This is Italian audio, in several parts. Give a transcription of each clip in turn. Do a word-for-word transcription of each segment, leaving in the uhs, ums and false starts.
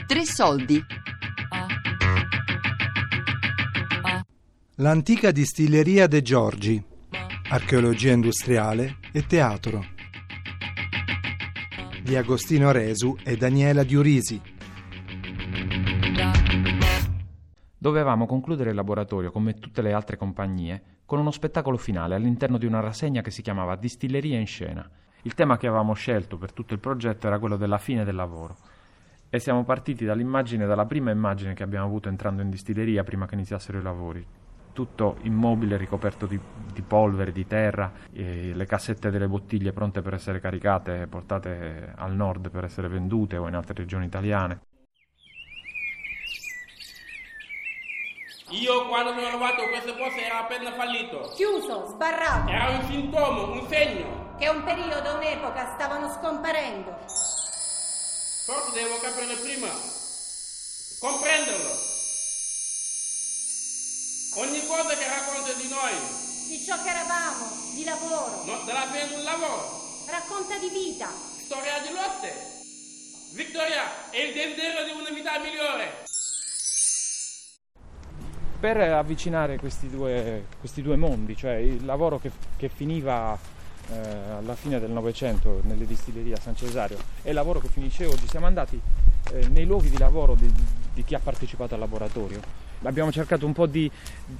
Tre soldi. L'antica distilleria De Giorgi, archeologia industriale e teatro, di Agostino Resu e Daniela Diurisi. Dovevamo concludere il laboratorio, come tutte le altre compagnie, con uno spettacolo finale all'interno di una rassegna che si chiamava Distilleria in scena. Il tema che avevamo scelto per tutto il progetto era quello della fine del lavoro. E siamo partiti dall'immagine, dalla prima immagine che abbiamo avuto entrando in distilleria prima che iniziassero i lavori. Tutto immobile, ricoperto di, di polvere, di terra, e le cassette delle bottiglie pronte per essere caricate e portate al nord per essere vendute o in altre regioni italiane. Io quando mi ho trovato questo posto era appena fallito. Chiuso, sbarrato. Era un sintomo, un segno. Che un periodo, un'epoca stavano scomparendo. Forse devo capire prima. Comprenderlo. Ogni cosa che racconta di noi. Di ciò che eravamo, di lavoro. Non della fine di un lavoro. Racconta di vita. Storia di lotte. Vittoria è il desiderio di una vita migliore. Per avvicinare questi due, questi due mondi, cioè il lavoro che, che finiva eh, alla fine del Novecento nelle distillerie a San Cesario e il lavoro che finisce oggi, siamo andati eh, nei luoghi di lavoro di, di chi ha partecipato al laboratorio. Abbiamo cercato un po' di,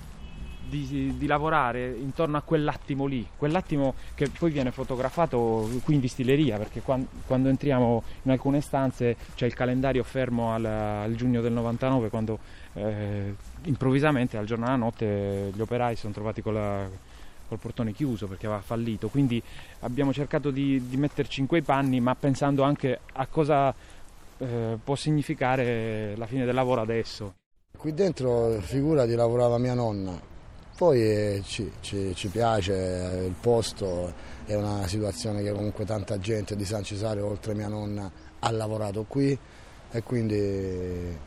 di, di lavorare intorno a quell'attimo lì, quell'attimo che poi viene fotografato qui in distilleria, perché quando, quando entriamo in alcune stanze c'è il calendario fermo al, al giugno del novantanove, quando eh, improvvisamente al giorno alla notte gli operai si sono trovati con la, col portone chiuso perché aveva fallito. Quindi abbiamo cercato di, di metterci in quei panni, ma pensando anche a cosa eh, può significare la fine del lavoro adesso. Qui dentro, figurati, lavorava mia nonna, poi eh, ci, ci, ci piace eh, il posto, è una situazione che comunque tanta gente di San Cesario, oltre mia nonna, ha lavorato qui e quindi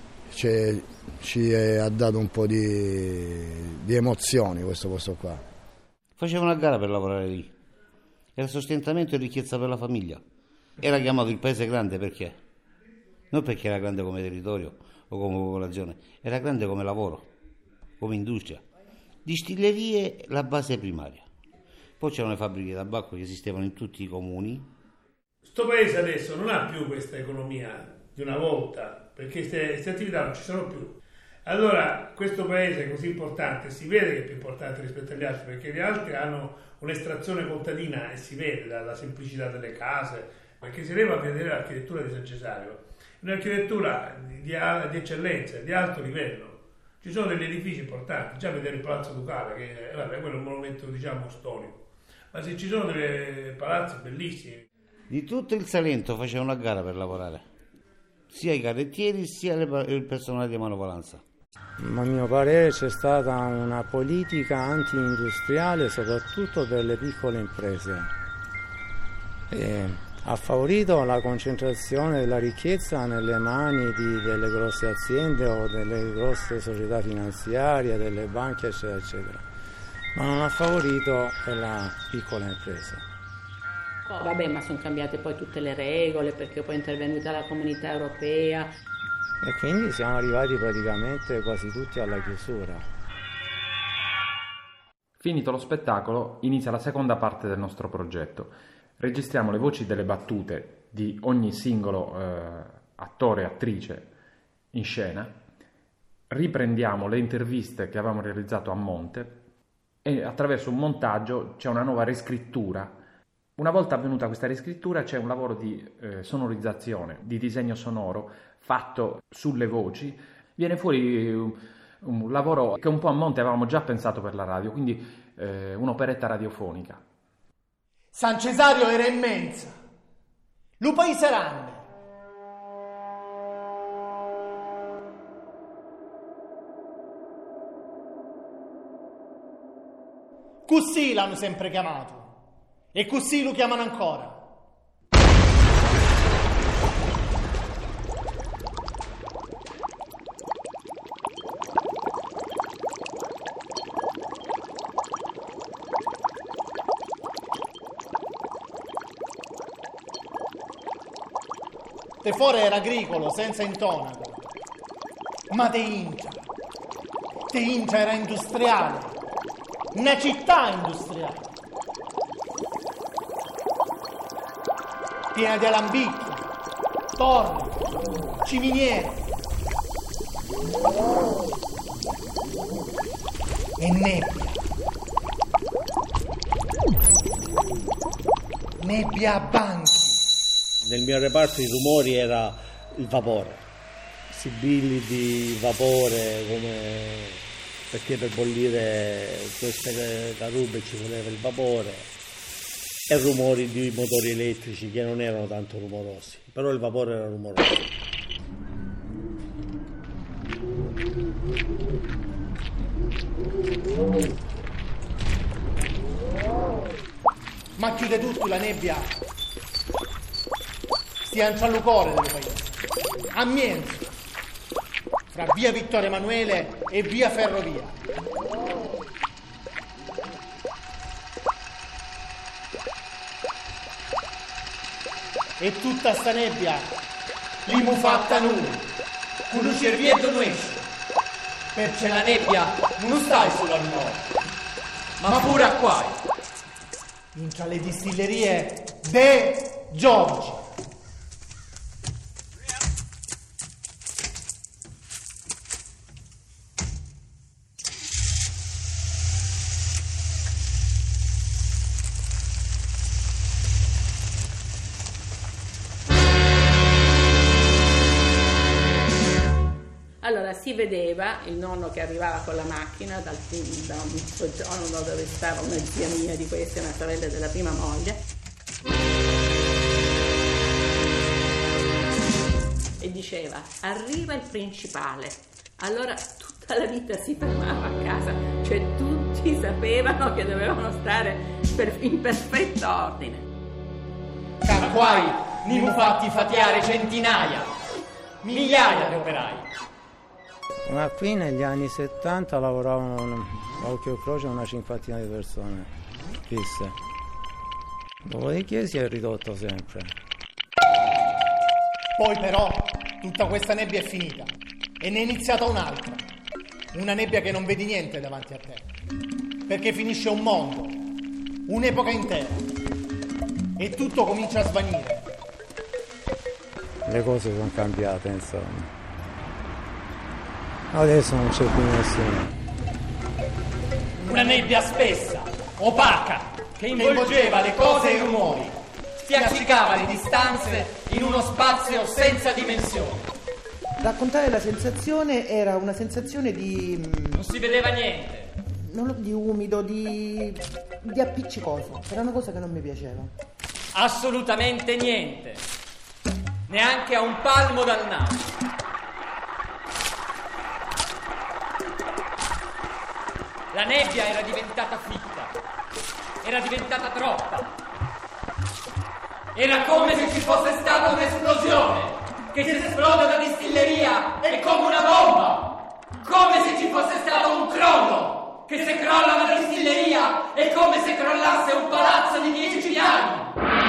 ci, ci ha dato un po' di, di emozioni questo posto qua. Faceva una gara per lavorare lì, era sostentamento e ricchezza per la famiglia, era chiamato il paese grande perché? Non perché era grande come territorio o come popolazione, era grande come lavoro, come industria. Distillerie la base primaria. Poi c'erano le fabbriche di tabacco che esistevano in tutti i comuni. Sto paese adesso non ha più questa economia di una volta, perché queste attività non ci sono più. Allora questo paese è così importante, si vede che è più importante rispetto agli altri, perché gli altri hanno un'estrazione contadina e si vede dalla semplicità delle case, perché si arriva a vedere l'architettura di San Cesario. Un'architettura di, di eccellenza, di alto livello. Ci sono degli edifici importanti, già vedere il Palazzo Ducale, che vabbè, quello è un monumento, diciamo, storico, ma se ci sono dei palazzi bellissimi. Di tutto il Salento faceva una gara per lavorare, sia i carrettieri sia il personale di manovalanza. A mio parere c'è stata una politica anti-industriale soprattutto per le piccole imprese. E ha favorito la concentrazione della ricchezza nelle mani di delle grosse aziende o delle grosse società finanziarie, delle banche, eccetera, eccetera, ma non ha favorito la piccola impresa. Oh, vabbè, ma sono cambiate poi tutte le regole perché poi è intervenuta la Comunità Europea. E quindi siamo arrivati praticamente quasi tutti alla chiusura. Finito lo spettacolo, inizia la seconda parte del nostro progetto. Registriamo le voci delle battute di ogni singolo eh, attore e attrice in scena, riprendiamo le interviste che avevamo realizzato a monte e attraverso un montaggio c'è una nuova riscrittura. Una volta avvenuta questa riscrittura c'è un lavoro di eh, sonorizzazione, di disegno sonoro fatto sulle voci. Viene fuori un, un lavoro che un po' a monte avevamo già pensato per la radio, quindi eh, un'operetta radiofonica. San Cesario era immensa, lu paese grande. Così l'hanno sempre chiamato e così lo chiamano ancora. Tefore era agricolo, senza intonaco. Ma Te Intra, Te Intra era industriale, una città industriale, piena di alambicchi, torri, ciminiere e nebbia. Nebbia a banchi. Nel mio reparto i rumori era il vapore, sibilli di vapore, come perché per bollire queste carube ci voleva il vapore, e rumori di motori elettrici che non erano tanto rumorosi, però il vapore era rumoroso. Ma chiude tutto la nebbia. Stia in Ciallucore del paese, a Mienzo, fra via Vittorio Emanuele e via Ferrovia. E tutta sta nebbia li mu fatta noi, con un cervietto non esce, perché la nebbia non sta solo al nord, ma pure a qua, in tra le distillerie De Giorgi. Allora si vedeva il nonno che arrivava con la macchina dal, da un soggiorno dove stava una zia mia di queste, una sorella della prima moglie, e diceva: arriva il principale. Allora tutta la vita si fermava a casa, cioè tutti sapevano che dovevano stare per, in perfetto ordine. Cacquai ne mu fatti fatiare centinaia, migliaia di operai. Ma qui negli anni settanta lavoravano a occhio e croce una cinquantina di persone fisse. Dopodiché si è ridotto sempre. Poi però tutta questa nebbia è finita e ne è iniziata un'altra. Una nebbia che non vedi niente davanti a te, perché finisce un mondo, un'epoca intera, e tutto comincia a svanire. Le cose sono cambiate, insomma. Adesso non c'è più nessuno. Una nebbia spessa, opaca, che involgeva le cose e i rumori, spiaccicava le distanze in uno spazio senza dimensione. Raccontare la sensazione era una sensazione di... Non si vedeva niente. Non lo, di umido, di... di appiccicoso. Era una cosa che non mi piaceva. Assolutamente niente. Neanche a un palmo dal naso. La nebbia era diventata fitta, era diventata troppa. Era come se ci fosse stata un'esplosione, che se esplode una distilleria è come una bomba. Come se ci fosse stato un crollo, che se crolla una distilleria è come se crollasse un palazzo di dieci piani.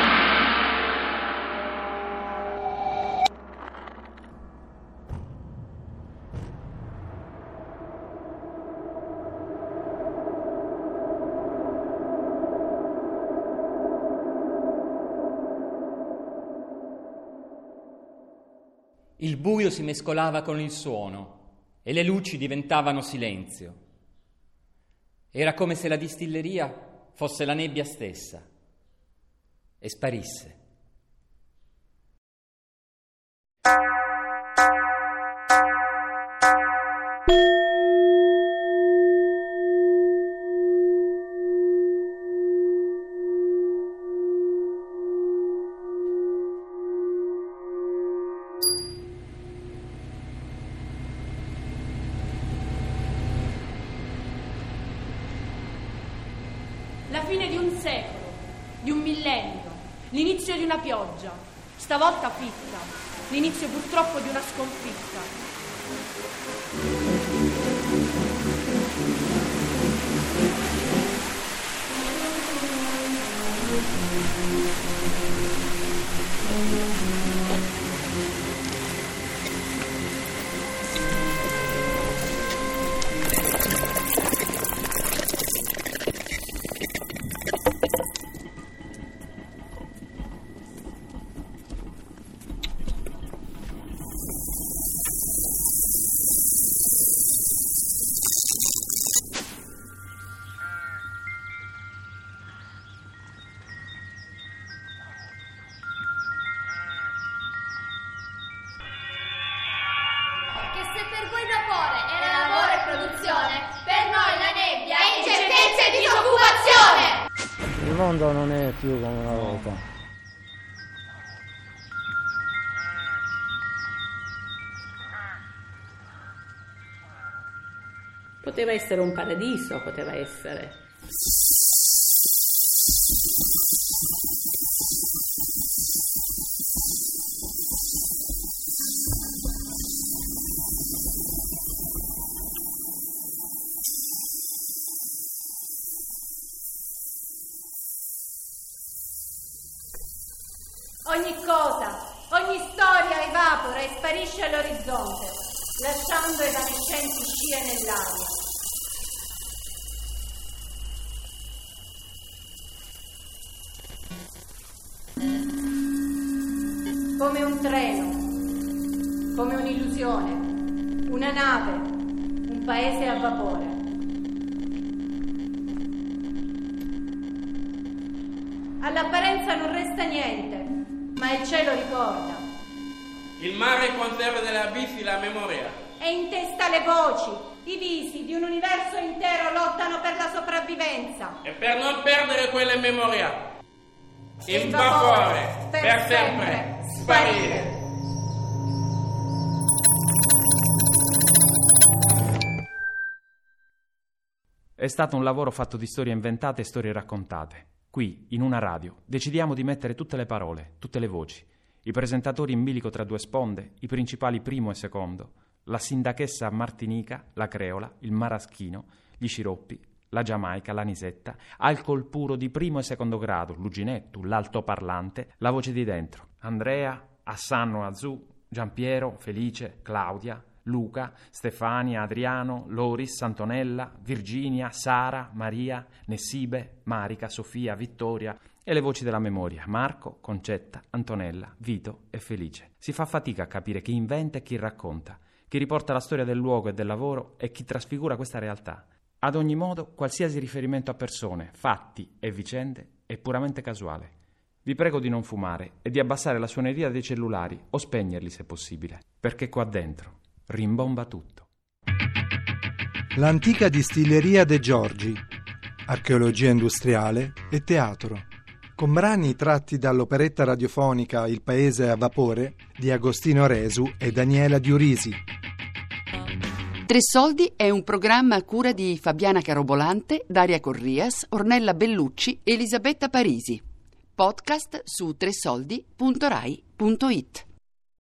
Il buio si mescolava con il suono e le luci diventavano silenzio. Era come se la distilleria fosse la nebbia stessa e sparisse. La fine di un secolo, di un millennio, l'inizio di una pioggia, stavolta fitta, l'inizio purtroppo di una sconfitta. per voi vapore era lavoro e produzione, per noi la nebbia è incertezza e disoccupazione. Il mondo non è più come una volta. Poteva essere un paradiso, poteva essere. Ogni cosa, ogni storia evapora e sparisce all'orizzonte, lasciando evanescenti scie nell'aria. Come un treno, come un'illusione, una nave, un paese a vapore. All'apparenza non resta niente, ma il cielo ricorda. Il mare conserva delle abissi la memoria. E in testa le voci, i visi di un universo intero lottano per la sopravvivenza. E per non perdere quelle memorie, il, il vapore, vapore, per, per sempre, sempre, sparire. sparire. È stato un lavoro fatto di storie inventate e storie raccontate. Qui, in una radio, decidiamo di mettere tutte le parole, tutte le voci, i presentatori in bilico tra due sponde, i principali primo e secondo, la sindachessa martinica, la creola, il maraschino, gli sciroppi, la giamaica, l'anisetta, alcol puro di primo e secondo grado, l'uginetto, l'altoparlante, la voce di dentro, Andrea, Assanno Azù, Giampiero, Felice, Claudia, Luca, Stefania, Adriano, Loris, Antonella, Virginia, Sara, Maria, Nessibe, Marica, Sofia, Vittoria e le voci della memoria, Marco, Concetta, Antonella, Vito e Felice. Si fa fatica a capire chi inventa e chi racconta, chi riporta la storia del luogo e del lavoro e chi trasfigura questa realtà. Ad ogni modo, qualsiasi riferimento a persone, fatti e vicende è puramente casuale. Vi prego di non fumare e di abbassare la suoneria dei cellulari o spegnerli se possibile, perché qua dentro rimbomba tutto. L'antica distilleria De Giorgi, archeologia industriale e teatro, con brani tratti dall'operetta radiofonica Il paese a vapore di Agostino Resu e Daniela Diurisi. Tre Soldi è un programma a cura di Fabiana Carobolante, Daria Corrias, Ornella Bellucci e Elisabetta Parisi. Podcast su tresoldi punto rai punto it.